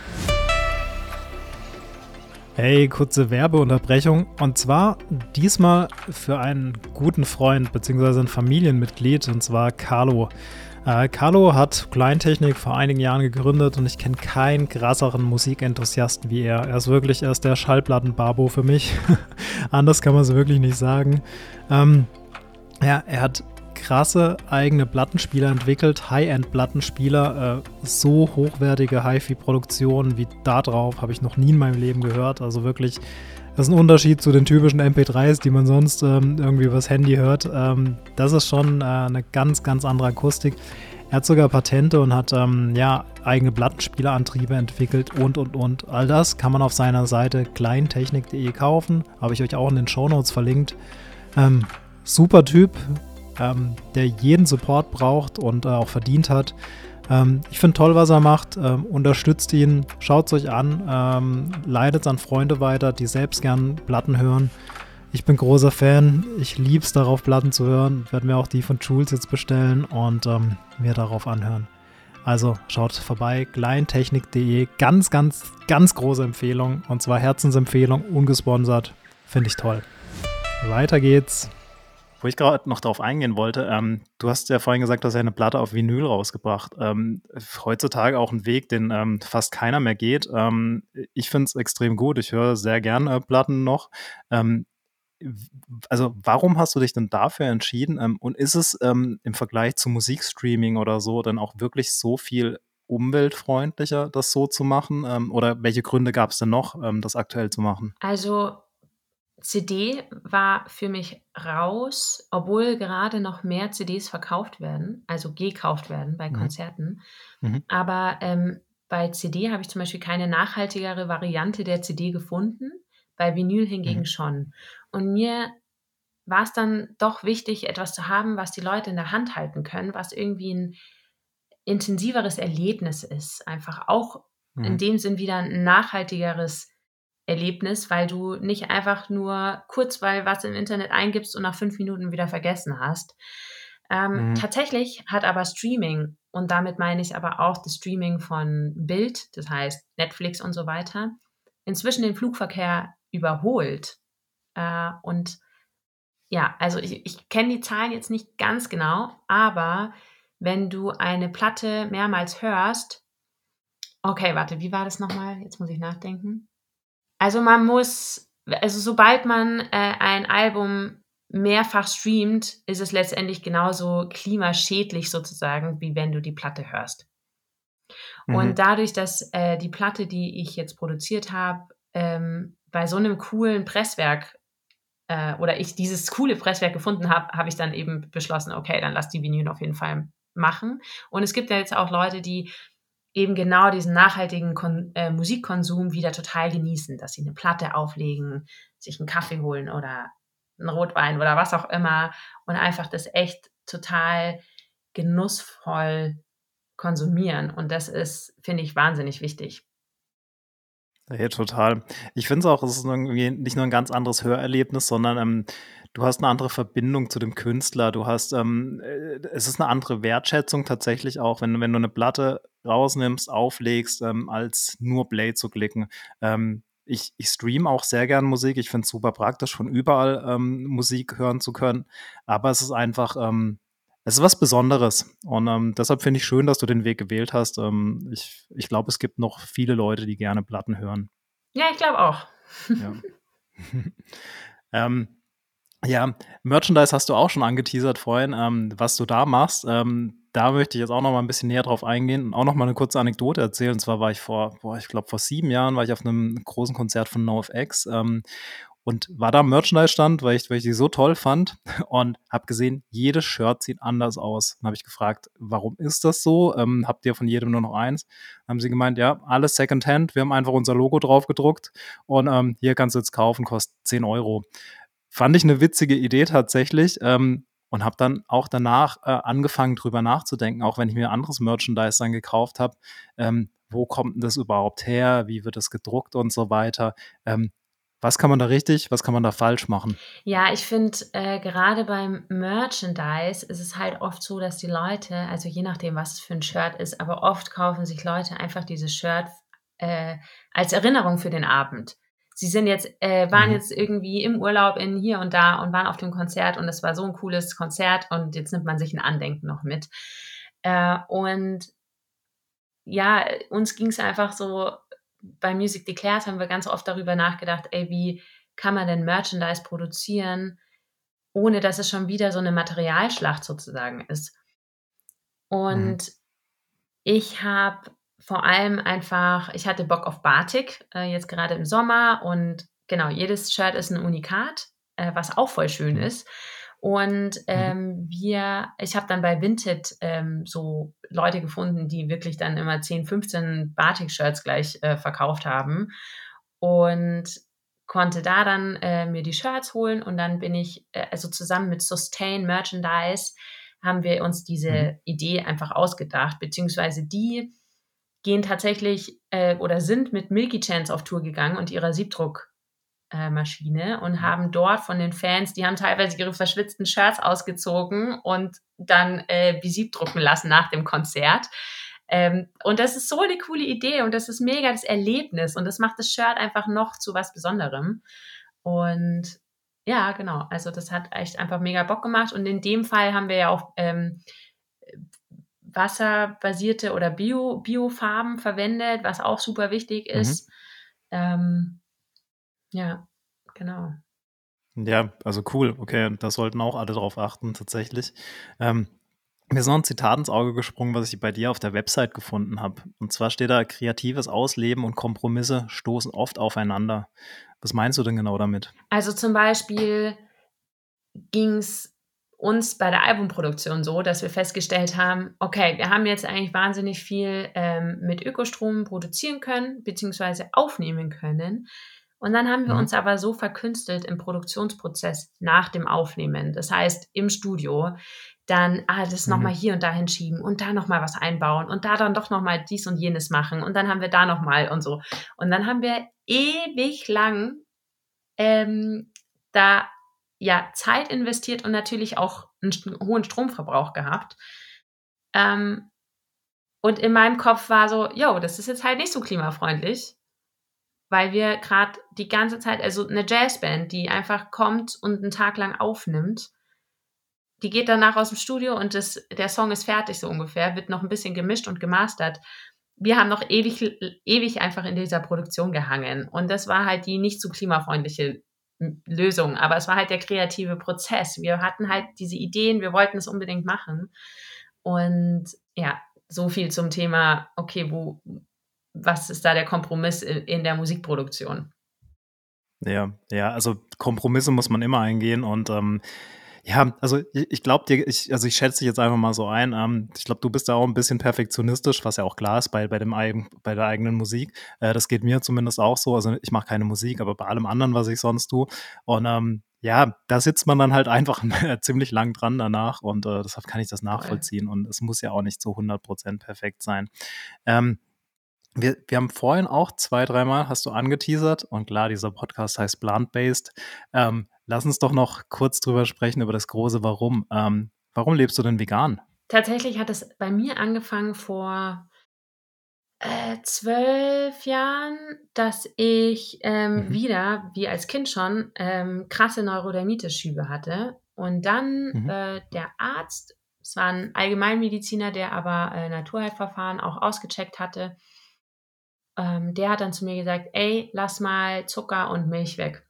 Hey, kurze Werbeunterbrechung. Und zwar diesmal für einen guten Freund beziehungsweise ein Familienmitglied, und zwar Carlo. Äh, Carlo hat Kleintechnik vor einigen Jahren gegründet und ich kenne keinen krasseren Musikenthusiasten wie er. Er ist wirklich er ist der Schallplatten-Babo für mich. Anders kann man es wirklich nicht sagen. Ähm, ja, er hat krasse eigene Plattenspieler entwickelt, High-End-Plattenspieler, äh, so hochwertige Hi-Fi-Produktionen wie da drauf habe ich noch nie in meinem Leben gehört. Also wirklich, das ist ein Unterschied zu den typischen M P drei s, die man sonst ähm, irgendwie übers Handy hört. Ähm, das ist schon äh, eine ganz, ganz andere Akustik. Er hat sogar Patente und hat ähm, ja, eigene Plattenspielerantriebe entwickelt und, und, und. All das kann man auf seiner Seite kleintechnik punkt de kaufen. Habe ich euch auch in den Shownotes verlinkt. Ähm, super Typ, ähm, der jeden Support braucht und äh, auch verdient hat. Ähm, ich finde toll, was er macht. Ähm, unterstützt ihn, schaut es euch an, ähm, leitet es an Freunde weiter, die selbst gern Platten hören. Ich bin großer Fan. Ich liebe es darauf, Platten zu hören. Werde mir auch die von Jules jetzt bestellen und ähm, mir darauf anhören. Also schaut vorbei, kleintechnik punkt de. Ganz, ganz, ganz große Empfehlung. Und zwar Herzensempfehlung, ungesponsert. Finde ich toll. Weiter geht's. Wo ich gerade noch drauf eingehen wollte, ähm, du hast ja vorhin gesagt, du hast ja eine Platte auf Vinyl rausgebracht. Ähm, heutzutage auch ein Weg, den ähm, fast keiner mehr geht. Ähm, ich finde es extrem gut. Ich höre sehr gerne Platten noch. Ähm, w also, warum hast du dich denn dafür entschieden? Ähm, und ist es, ähm, im Vergleich zu Musikstreaming oder so dann auch wirklich so viel umweltfreundlicher, das so zu machen? Ähm, oder welche Gründe gab's denn noch, ähm, das aktuell zu machen? Also, C D war für mich raus, obwohl gerade noch mehr C Ds verkauft werden, also gekauft werden bei Mhm. Konzerten. Mhm. Aber, ähm, bei C D habe ich zum Beispiel keine nachhaltigere Variante der C D gefunden, bei Vinyl hingegen Mhm. schon. Und mir war es dann doch wichtig, etwas zu haben, was die Leute in der Hand halten können, was irgendwie 'n intensiveres Erlebnis ist. Einfach auch in Mhm. dem Sinn wieder 'n nachhaltigeres Erlebnis, weil du nicht einfach nur kurz mal was im Internet eingibst und nach fünf Minuten wieder vergessen hast. Ähm, Mhm. tatsächlich hat aber Streaming, und damit meine ich aber auch das Streaming von Bild, das heißt Netflix und so weiter, inzwischen den Flugverkehr überholt. Äh, und ja, also ich ich kenne die Zahlen jetzt nicht ganz genau, aber wenn du eine Platte mehrmals hörst Okay, warte, wie war das nochmal? Jetzt muss ich nachdenken. Also man muss, also sobald man äh, ein Album mehrfach streamt, ist es letztendlich genauso klimaschädlich sozusagen, wie wenn du die Platte hörst. Und Mhm. dadurch, dass äh, die Platte, die ich jetzt produziert habe, ähm, bei so einem coolen Presswerk äh, oder ich dieses coole Presswerk gefunden habe, habe ich dann eben beschlossen, okay, dann lass die Vinyl auf jeden Fall machen. Und es gibt ja jetzt auch Leute, die eben genau diesen nachhaltigen Kon äh, Musikkonsum wieder total genießen, dass sie eine Platte auflegen, sich einen Kaffee holen oder einen Rotwein oder was auch immer und einfach das echt total genussvoll konsumieren. Und das ist, finde ich, wahnsinnig wichtig. Ja, total. Ich finde es auch, es ist irgendwie nicht nur ein ganz anderes Hörerlebnis, sondern, ähm, du hast eine andere Verbindung zu dem Künstler. Du hast, ähm äh, es ist eine andere Wertschätzung tatsächlich auch, wenn du wenn du 'ne Platte rausnimmst, auflegst, ähm, als nur Play zu klicken. Ähm, ich ich streame auch sehr gern Musik. Ich finde es super praktisch, von überall, ähm, Musik hören zu können. Aber es ist einfach, ähm es ist was Besonderes. Und, ähm, deshalb finde ich schön, dass du den Weg gewählt hast. Ähm, ich ich glaube, es gibt noch viele Leute, die gerne Platten hören. Ja, ich glaube auch. Ja. Ähm, ja, Merchandise hast du auch schon angeteasert vorhin, ähm, was du da machst. Ähm, da möchte ich jetzt auch noch mal ein bisschen näher drauf eingehen und auch noch mal 'ne kurze Anekdote erzählen. Und zwar war ich vor boah, ich glaube, vor sieben Jahren war ich auf einem großen Konzert von NoFX, ähm, und war da am Merchandise-Stand, weil ich weil ich die so toll fand und habe gesehen, jedes Shirt sieht anders aus. Dann habe ich gefragt: „Warum ist das so? Ähm, habt ihr von jedem nur noch eins?“ Dann haben sie gemeint: „Ja, alles Secondhand. Wir haben einfach unser Logo drauf gedruckt und, ähm, hier kannst du jetzt kaufen, kostet zehn Euro.“ Fand ich 'ne witzige Idee tatsächlich, ähm, und habe dann auch danach, äh, angefangen, drüber nachzudenken, auch wenn ich mir anderes Merchandise dann gekauft habe. Ähm, wo kommt 'n das überhaupt her? Wie wird das gedruckt und so weiter? Ähm, was kann man da richtig, was kann man da falsch machen? Ja, ich finde, äh, gerade beim Merchandise ist es halt oft so, dass die Leute, also je nachdem, was es für ein Shirt ist, aber oft kaufen sich Leute einfach dieses Shirt, äh, als Erinnerung für den Abend. Sie sind jetzt äh, waren Mhm, jetzt irgendwie im Urlaub in hier und da und waren auf dem Konzert und es war so ein cooles Konzert und jetzt nimmt man sich ein Andenken noch mit. Äh, und ja, uns ging es einfach so bei Music Declared haben wir ganz oft darüber nachgedacht: „Ey, wie kann man denn Merchandise produzieren, ohne dass es schon wieder so 'ne Materialschlacht sozusagen ist?“ mhm, Und ich habe vor allem einfach ich hatte Bock auf Batik, äh, jetzt grade im Sommer und genau, jedes Shirt ist 'n Unikat, äh, was auch voll schön mhm, ist. Und, mhm, ähm, wir ich habe dann bei Vinted, ähm, so Leute gefunden, die wirklich dann immer zehn, fünfzehn Batik-Shirts gleich, äh, verkauft haben und konnte da dann, äh, mir die Shirts holen und dann bin ich äh, also zusammen mit Sustain Merchandise haben wir uns mhm, diese Idee einfach ausgedacht, beziehungsweise die gehen tatsächlich, äh, oder sind mit Milky Chance auf Tour gegangen und ihrer Siebdruck äh, Maschine und mhm. haben dort von den Fans die haben teilweise ihre verschwitzten Shirts ausgezogen und dann, äh, besiegt drucken lassen nach dem Konzert. Ähm, und das ist so eine coole Idee und das ist mega das Erlebnis und das macht das Shirt einfach noch zu was Besonderem. Und ja, genau, also das hat echt einfach mega Bock gemacht und in dem Fall haben wir ja auch, ähm, wasserbasierte oder Bio Biofarben verwendet, was auch super wichtig Mhm. ist. Ähm, ja, genau. Ja, also cool. Okay, da sollten auch alle drauf achten tatsächlich. Ähm, mir ist noch 'n Zitat ins Auge gesprungen, was ich bei dir auf der Website gefunden habe. Und zwar steht da: „Kreatives Ausleben und Kompromisse stoßen oft aufeinander.“ Was meinst du denn genau damit? Also, zum Beispiel ging's uns bei der Albumproduktion so, dass wir festgestellt haben: „Okay, wir haben jetzt eigentlich wahnsinnig viel, ähm, mit Ökostrom produzieren können beziehungsweise aufnehmen können.“ Und dann haben wir Mhm, uns aber so verkünstelt im Produktionsprozess nach dem Aufnehmen, das heißt im Studio, dann, ah, das noch mhm, mal hier und da hinschieben und da noch mal was einbauen und da dann doch noch mal dies und jenes machen und dann haben wir da noch mal und so. Und dann haben wir ewig lang ähm, da, ja, Zeit investiert und natürlich auch 'n st hohen Stromverbrauch gehabt. Ähm, und in meinem Kopf war so: „Jo, das ist jetzt halt nicht so klimafreundlich“, weil wir grad die ganze Zeit also 'ne Jazzband, die einfach kommt und 'n Tag lang aufnimmt, die geht danach aus'm Studio und das der Song ist fertig so ungefähr, wird noch 'n bisschen gemischt und gemastert. wir haben noch ewig, ewig einfach in dieser Produktion gehangen. Und das war halt die nicht so klimafreundliche Lösung. Aber es war halt der kreative Prozess. Wir hatten halt diese Ideen, wir wollten es unbedingt machen. Und ja, so viel zum Thema, okay, wo, was ist da der Kompromiss in, in der Musikproduktion? Ja, ja, also Kompromisse muss man immer eingehen und ähm, ja, also ich, ich glaube dir, ich, also ich schätze dich jetzt einfach mal so ein. Ähm, ich glaube, du bist da auch ein bisschen perfektionistisch, was ja auch klar ist bei, bei, dem, eigen- bei der eigenen Musik. Äh, das geht mir zumindest auch so. Also ich mache keine Musik, aber bei allem anderen, was ich sonst tue. Und ähm, ja, da sitzt man dann halt einfach ziemlich lang dran danach und äh, deshalb kann ich das nachvollziehen. Und es muss ja auch nicht zu hundert Prozent perfekt sein. Ähm, wir, wir haben vorhin auch zwei, dreimal, hast du angeteasert, und klar, dieser Podcast heißt Plant-Based. Ähm, lass uns doch noch kurz drüber sprechen, über das große Warum. Ähm, warum lebst du denn vegan? Tatsächlich hat es bei mir angefangen vor äh, zwölf Jahren, dass ich ähm, Mhm. wieder, wie als Kind schon, ähm, krasse Neurodermitis-Schübe hatte. Und dann Mhm. äh, der Arzt, es war ein Allgemeinmediziner, der aber äh, Naturheilverfahren auch ausgecheckt hatte, ähm, der hat dann zu mir gesagt, ey, lass mal Zucker und Milch weg.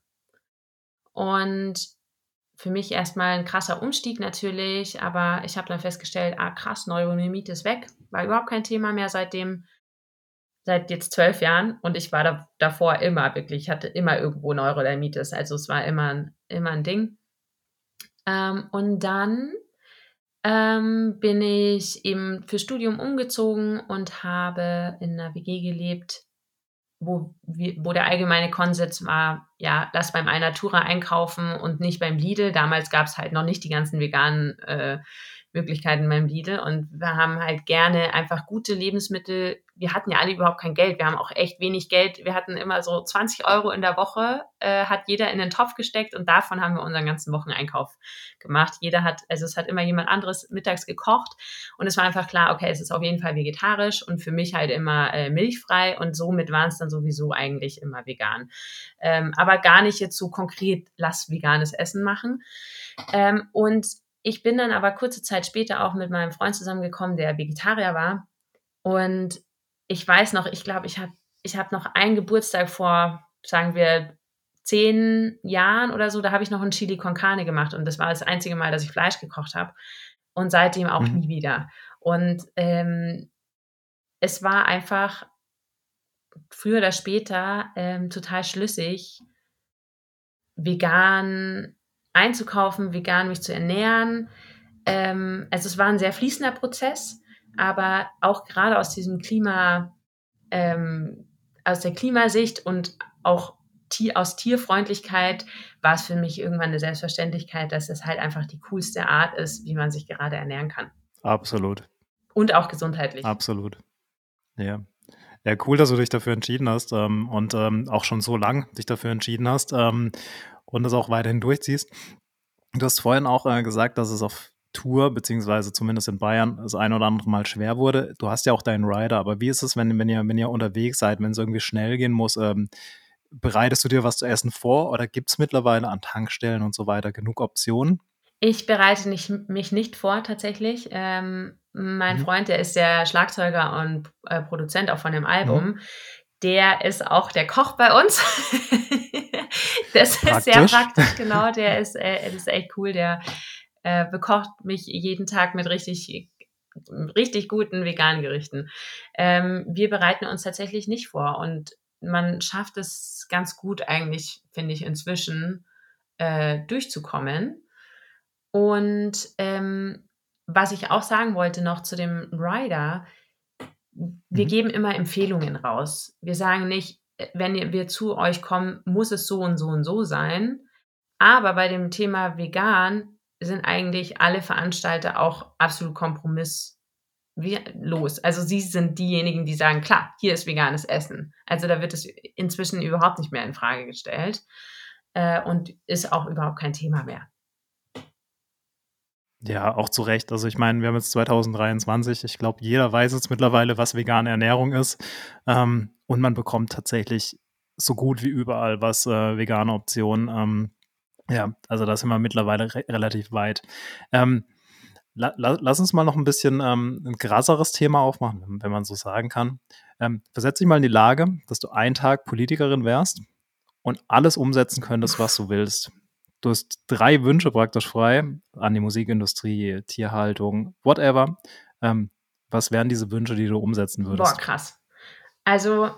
Und für mich erstmal ein krasser Umstieg natürlich, aber ich habe dann festgestellt, ah krass, Neurodermitis weg, war überhaupt kein Thema mehr seitdem, seit jetzt zwölf Jahren, und ich war da davor immer wirklich, ich hatte immer irgendwo Neurodermitis, also es war immer 'n immer 'n Ding. Ähm, und dann, ähm, bin ich eben fürs Studium umgezogen und habe in 'ner W G gelebt, wo wir wo der allgemeine Konsens war, ja, lass beim Alnatura einkaufen und nicht beim Lidl. Damals gab's halt noch nicht die ganzen veganen, äh, Möglichkeiten beim Lidl, und wir haben halt gerne einfach gute Lebensmittel. Wir hatten ja alle überhaupt kein Geld. Wir haben auch echt wenig Geld. Wir hatten immer so zwanzig Euro in der Woche, äh, hat jeder in den Topf gesteckt, und davon haben wir unseren ganzen Wocheneinkauf gemacht. Jeder hat also es hat immer jemand anderes mittags gekocht, und es war einfach klar, okay, es ist auf jeden Fall vegetarisch und für mich halt immer, äh, milchfrei, und somit waren's dann sowieso eigentlich immer vegan. Ähm, aber gar nicht jetzt so konkret: „Lass veganes Essen machen." Ähm, und ich bin dann aber kurze Zeit später auch mit meinem Freund zusammengekommen, der Vegetarier war. Und ich weiß noch, ich glaube, ich habe ich habe noch einen Geburtstag vor, sagen wir, zehn Jahren oder so, da habe ich noch 'n Chili con Carne gemacht, und das war das einzige Mal, dass ich Fleisch gekocht habe, und seitdem auch Mhm. nie wieder. Und, ähm, es war einfach früher oder später, ähm, total schlüssig, vegan einzukaufen, vegan mich zu ernähren. Ähm, also es war ein sehr fließender Prozess, aber auch gerade aus diesem Klima, ähm, aus der Klimasicht und auch Tier, aus Tierfreundlichkeit war es für mich irgendwann eine Selbstverständlichkeit, dass es halt einfach die coolste Art ist, wie man sich gerade ernähren kann. Absolut, Und auch gesundheitlich. absolut. Ja. Ja, cool, dass du dich dafür entschieden hast ähm, und ähm, auch schon so lang dich dafür entschieden hast ähm, und das auch weiterhin durchziehst. Du hast vorhin auch äh, gesagt, dass es auf Tour, beziehungsweise zumindest in Bayern, das ein oder andere Mal schwer wurde. Du hast ja auch deinen Rider, aber wie ist es, wenn, wenn ihr, wenn ihr unterwegs seid, wenn es irgendwie schnell gehen muss? Ähm, bereitest du dir was zu essen vor oder gibt es mittlerweile an Tankstellen und so weiter genug Optionen? Ich bereite nicht, mich nicht vor tatsächlich. Ähm, mein Mhm. Freund, der ist der Schlagzeuger und äh, Produzent auch von dem Mhm. Album. Der ist auch der Koch bei uns. Das ist sehr Praktisch. praktisch, genau. Der ist, äh, das ist echt cool. Der äh, bekocht mich jeden Tag mit richtig, richtig guten veganen Gerichten. Ähm, wir bereiten uns tatsächlich nicht vor, und man schafft es ganz gut eigentlich, finde ich, inzwischen äh, durchzukommen. Und, ähm, was ich auch sagen wollte noch zu dem Rider: Wir Mhm. geben immer Empfehlungen raus. Wir sagen nicht, äh, wenn ihr wir zu euch kommen, muss es so und so und so sein. Aber bei dem Thema vegan sind eigentlich alle Veranstalter auch absolut kompromiss los. Also, sie sind diejenigen, die sagen: „Klar, hier ist veganes Essen." Also, da wird es inzwischen überhaupt nicht mehr in Frage gestellt, äh, und ist auch überhaupt kein Thema mehr. Ja, auch zu Recht. Also ich meine, wir haben jetzt zwanzig dreiundzwanzig. Ich glaube, jeder weiß jetzt mittlerweile, was vegane Ernährung ist. Ähm, und man bekommt tatsächlich so gut wie überall was äh, vegane Optionen. Ähm, ja, also da sind wir mittlerweile re relativ weit. Ähm, La la lass uns mal noch ein bisschen, ähm, 'n krasseres Thema aufmachen, wenn wenn man so sagen kann. Ähm, versetz dich mal in die Lage, dass du einen Tag Politikerin wärst und alles umsetzen könntest, was du willst. Du hast drei Wünsche praktisch frei an die Musikindustrie, Tierhaltung, whatever. Ähm, was wären diese Wünsche, die du umsetzen Boah, würdest? krass. Also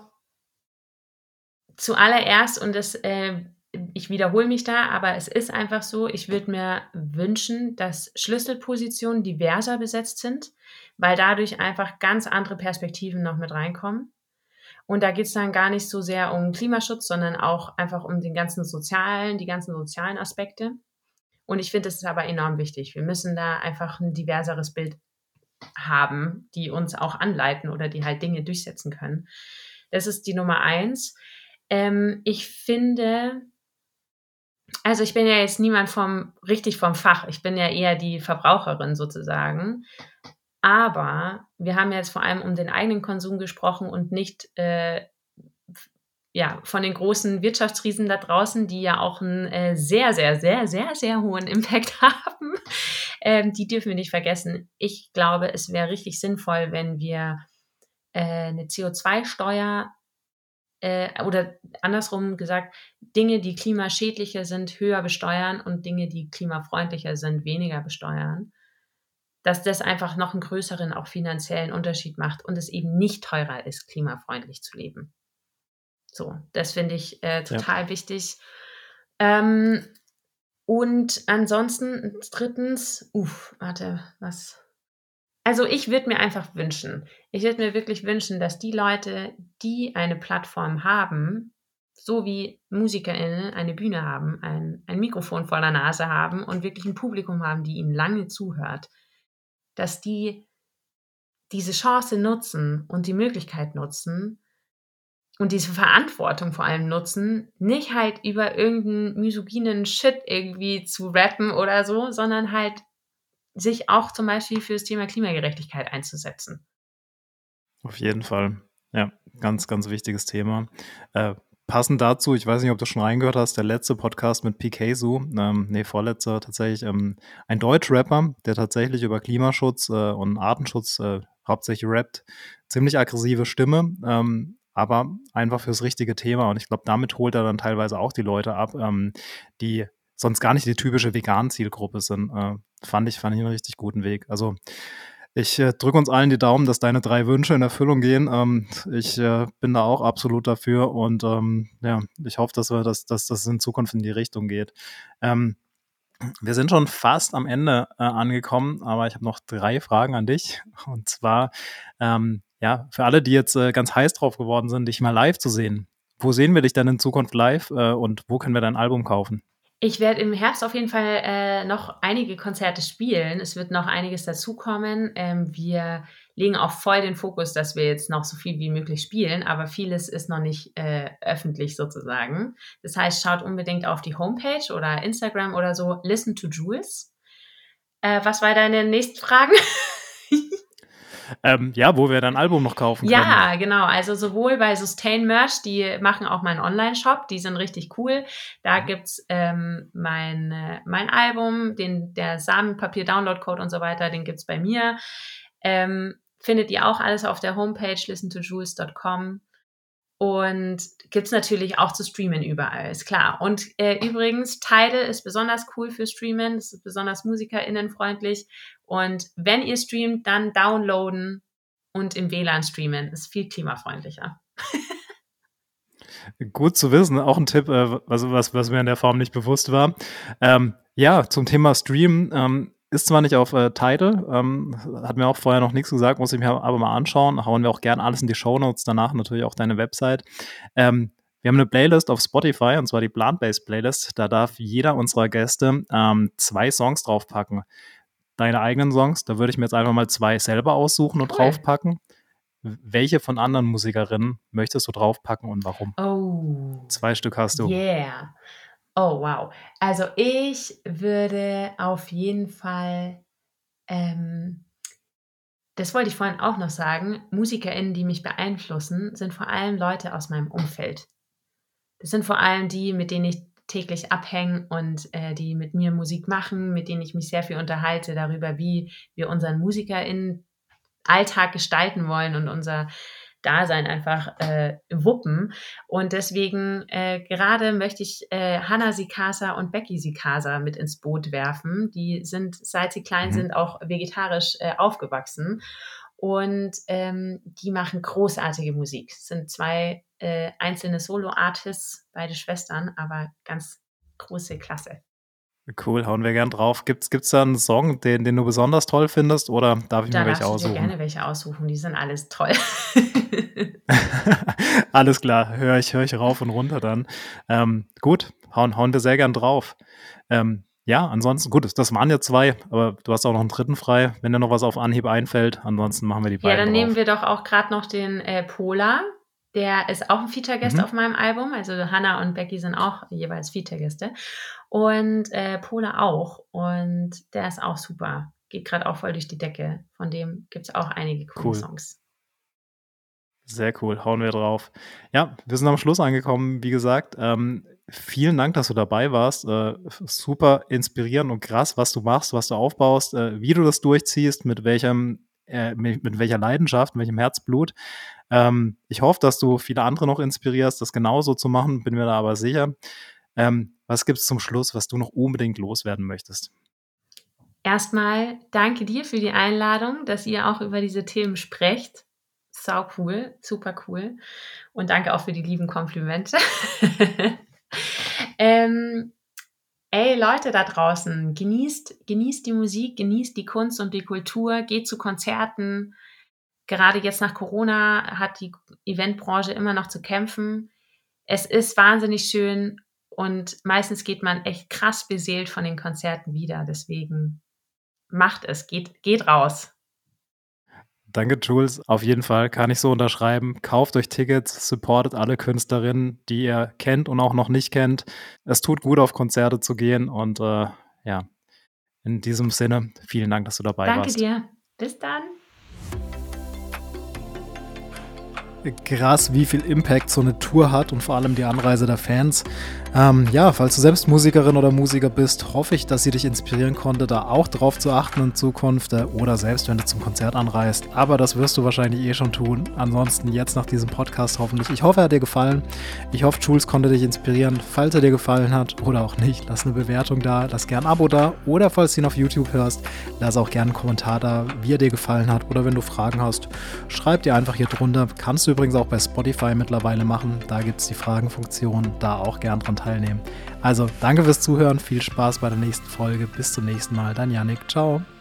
zuallererst, und das, äh, ich wiederhole mich da, aber es ist einfach so, ich würde mir wünschen, dass Schlüsselpositionen diverser besetzt sind, weil dadurch einfach ganz andere Perspektiven noch mit reinkommen. Und da geht's dann gar nicht so sehr um Klimaschutz, sondern auch einfach um den ganzen sozialen die ganzen sozialen Aspekte. Und ich finde, das ist aber enorm wichtig. Wir müssen da einfach ein diverseres Bild haben, die uns auch anleiten oder die halt Dinge durchsetzen können. Das ist die Nummer eins. Ähm, ich finde also, ich bin ja jetzt niemand vom richtig vom Fach. Ich bin ja eher die Verbraucherin sozusagen. Aber wir haben ja jetzt vor allem um den eigenen Konsum gesprochen und nicht, äh, f ja, von den großen Wirtschaftsriesen da draußen, die ja auch 'n, äh, sehr, sehr, sehr, sehr, sehr hohen Impact haben. Ähm, die dürfen wir nicht vergessen. Ich glaube, es wäre richtig sinnvoll, wenn wir, äh, 'ne C O zwei Steuer, äh, oder andersrum gesagt, Dinge, die klimaschädlicher sind, höher besteuern und Dinge, die klimafreundlicher sind, weniger besteuern. Dass das einfach noch 'n größeren, auch finanziellen Unterschied macht und es eben nicht teurer ist, klimafreundlich zu leben. So, das finde ich, äh, Ja. total wichtig. Ähm, und ansonsten drittens, uff, warte, was also, ich würde mir einfach wünschen ich würde mir wirklich wünschen, dass die Leute, die eine Plattform haben, so wie MusikerInnen eine Bühne haben, ein ein Mikrofon vor der Nase haben und wirklich 'n Publikum haben, die ihnen lange zuhört, dass die diese Chance nutzen und die Möglichkeit nutzen und diese Verantwortung vor allem nutzen, nicht halt über irgend 'n misogynen Shit irgendwie zu rappen oder so, sondern halt sich auch zum Beispiel fürs Thema Klimagerechtigkeit einzusetzen. Auf jeden Fall. Ja, ganz, ganz wichtiges Thema. Äh, passend dazu, ich weiß nicht, ob du schon reingehört hast, der letzte Podcast mit P K Zoo, ähm, ne, vorletzter tatsächlich, ähm, ein Deutschrapper, der tatsächlich über Klimaschutz, äh, und Artenschutz, äh, hauptsächlich rappt. Ziemlich aggressive Stimme, ähm, aber einfach fürs richtige Thema und ich glaube, damit holt er dann teilweise auch die Leute ab, ähm, die sonst gar nicht die typische Vegan-Zielgruppe sind. Äh, fand ich fand ich 'n richtig guten Weg. Also, ich, äh, drücke uns allen die Daumen, dass deine drei Wünsche in Erfüllung gehen. Ähm, ich, äh, bin da auch absolut dafür und, ähm, ja, ich hoffe, dass wir dass dass das in Zukunft in die Richtung geht. Ähm, wir sind schon fast am Ende, äh, angekommen, aber ich habe noch drei Fragen an dich. Und zwar, ähm, ja, für alle, die jetzt, äh, ganz heiß drauf geworden sind, dich mal live zu sehen. Wo sehen wir dich denn in Zukunft live, äh, und wo können wir dein Album kaufen? Ich werde im Herbst auf jeden Fall, äh, noch einige Konzerte spielen. Es wird noch einiges dazukommen. Ähm, wir legen auch voll den Fokus, dass wir jetzt noch so viel wie möglich spielen, aber vieles ist noch nicht, äh, öffentlich sozusagen. Das heißt, schaut unbedingt auf die Homepage oder Instagram oder so, Listen to Jules. Äh, was war deine nächsten Fragen? Ähm, ja, wo wir dein Album noch kaufen können. Ja, genau. Also sowohl bei Sustain Merch, die machen auch meinen Onlineshop, die sind richtig cool. Da gibt's, ähm, mein äh, mein Album, den der Samenpapier-Download-Code und so weiter, den gibt's bei mir. Ähm, findet ihr auch alles auf der Homepage listen to jules dot com und gibt's natürlich auch zu streamen überall, ist klar. Und, äh, übrigens, Tidal ist besonders cool für Streamen. Das ist besonders musikerinnenfreundlich. Und wenn ihr streamt, dann downloaden und im W L A N streamen. Ist viel klimafreundlicher. Gut zu wissen, auch 'n Tipp, äh, was was was mir in der Form nicht bewusst war. Ähm, ja, zum Thema Streamen, ähm, ist zwar nicht auf, äh, Tidal, ähm, hat mir auch vorher noch nix gesagt, muss ich mir aber mal anschauen. Hauen wir auch gern alles in die Shownotes, danach natürlich auch deine Website. Ähm, wir haben 'ne Playlist auf Spotify, und zwar die Plant-Based Playlist. Da darf jeder unserer Gäste, ähm, zwei Songs draufpacken. Deine eigenen Songs, da würde ich mir jetzt einfach mal zwei selber aussuchen und Cool. draufpacken. W welche von anderen Musikerinnen möchtest du draufpacken und warum? Oh. zwei Stück hast du. Yeah. Oh, wow. Also, ich würde auf jeden Fall, ähm das wollte ich vorhin auch noch sagen, MusikerInnen, die mich beeinflussen, sind vor allem Leute aus meinem Umfeld. Das sind vor allem die, mit denen ich täglich abhängen und äh, die mit mir Musik machen, mit denen ich mich sehr viel unterhalte darüber, wie wir unseren MusikerInnen Alltag gestalten wollen und unser Dasein einfach äh, wuppen. Und deswegen äh, gerade möchte ich äh, Hannah Sikasa und Becky Sikasa mit ins Boot werfen. Die sind, seit sie klein mhm. sind, auch vegetarisch äh, aufgewachsen. Und ähm, die machen großartige Musik. Es sind zwei äh, einzelne Solo-Artists, beide Schwestern, aber ganz große Klasse. Cool, hauen wir gern drauf. Gibt's, gibt's da einen Song, den, den du besonders toll findest, oder darf ich da mir welche aussuchen? Da darfst du dir gerne welche aussuchen, die sind alles toll. Alles klar, höre ich, hör ich rauf und runter dann. Ähm, gut, hauen, hauen wir sehr gern drauf. Ähm, ja, ansonsten, gut, das waren ja zwei, aber du hast auch noch einen dritten frei, wenn dir noch was auf Anhieb einfällt. Ansonsten machen wir die beiden Ja, dann drauf. nehmen wir doch auch gerade noch den äh, Pola. Der ist auch ein Feature-Gast mhm. auf meinem Album. Also Hannah und Becky sind auch jeweils Feature-Gäste. Und äh, Pola auch. Und der ist auch super. Geht gerade auch voll durch die Decke. Von dem gibt es auch einige coole cool. Songs. Sehr cool, hauen wir drauf. Ja, wir sind am Schluss angekommen, wie gesagt. Ähm, vielen Dank, dass du dabei warst. Äh, super inspirierend und krass, was du machst, was du aufbaust, äh, wie du das durchziehst, mit welchem äh, mit, mit welcher Leidenschaft, mit welchem Herzblut. Ähm, ich hoffe, dass du viele andere noch inspirierst, das genauso zu machen, bin mir da aber sicher. Ähm, was gibt es zum Schluss, was du noch unbedingt loswerden möchtest? Erstmal danke dir für die Einladung, dass ihr auch über diese Themen sprecht. Sau cool, super cool. Und danke auch für die lieben Komplimente. ähm, ey, Leute da draußen, genießt, genießt die Musik, genießt die Kunst und die Kultur, geht zu Konzerten. Gerade jetzt nach Corona hat die Eventbranche immer noch zu kämpfen. Es ist wahnsinnig schön und meistens geht man echt krass beseelt von den Konzerten wieder. Deswegen macht es, geht, geht raus. Danke, Jules. Auf jeden Fall kann ich so unterschreiben. Kauft euch Tickets, supportet alle Künstlerinnen, die ihr kennt und auch noch nicht kennt. Es tut gut, auf Konzerte zu gehen. Und äh, ja, in diesem Sinne, vielen Dank, dass du dabei Danke warst. Danke dir. Bis dann. Krass, wie viel Impact so eine Tour hat und vor allem die Anreise der Fans. Ähm, ja, falls du selbst Musikerin oder Musiker bist, hoffe ich, dass sie dich inspirieren konnte, da auch drauf zu achten in Zukunft äh, oder selbst, wenn du zum Konzert anreist. Aber das wirst du wahrscheinlich eh schon tun. Ansonsten jetzt nach diesem Podcast hoffentlich. Ich hoffe, er hat dir gefallen. Ich hoffe, Jules konnte dich inspirieren. Falls er dir gefallen hat oder auch nicht, lass eine Bewertung da, lass gern ein Abo da oder falls du ihn auf YouTube hörst, lass auch gerne einen Kommentar da, wie er dir gefallen hat oder wenn du Fragen hast, schreib dir einfach hier drunter. Kannst du übrigens auch bei Spotify mittlerweile machen. Da gibt es die Fragenfunktion, da auch gern dran teilnehmen. Also, danke fürs Zuhören, viel Spaß bei der nächsten Folge. Bis zum nächsten Mal, dein Yannick. Ciao.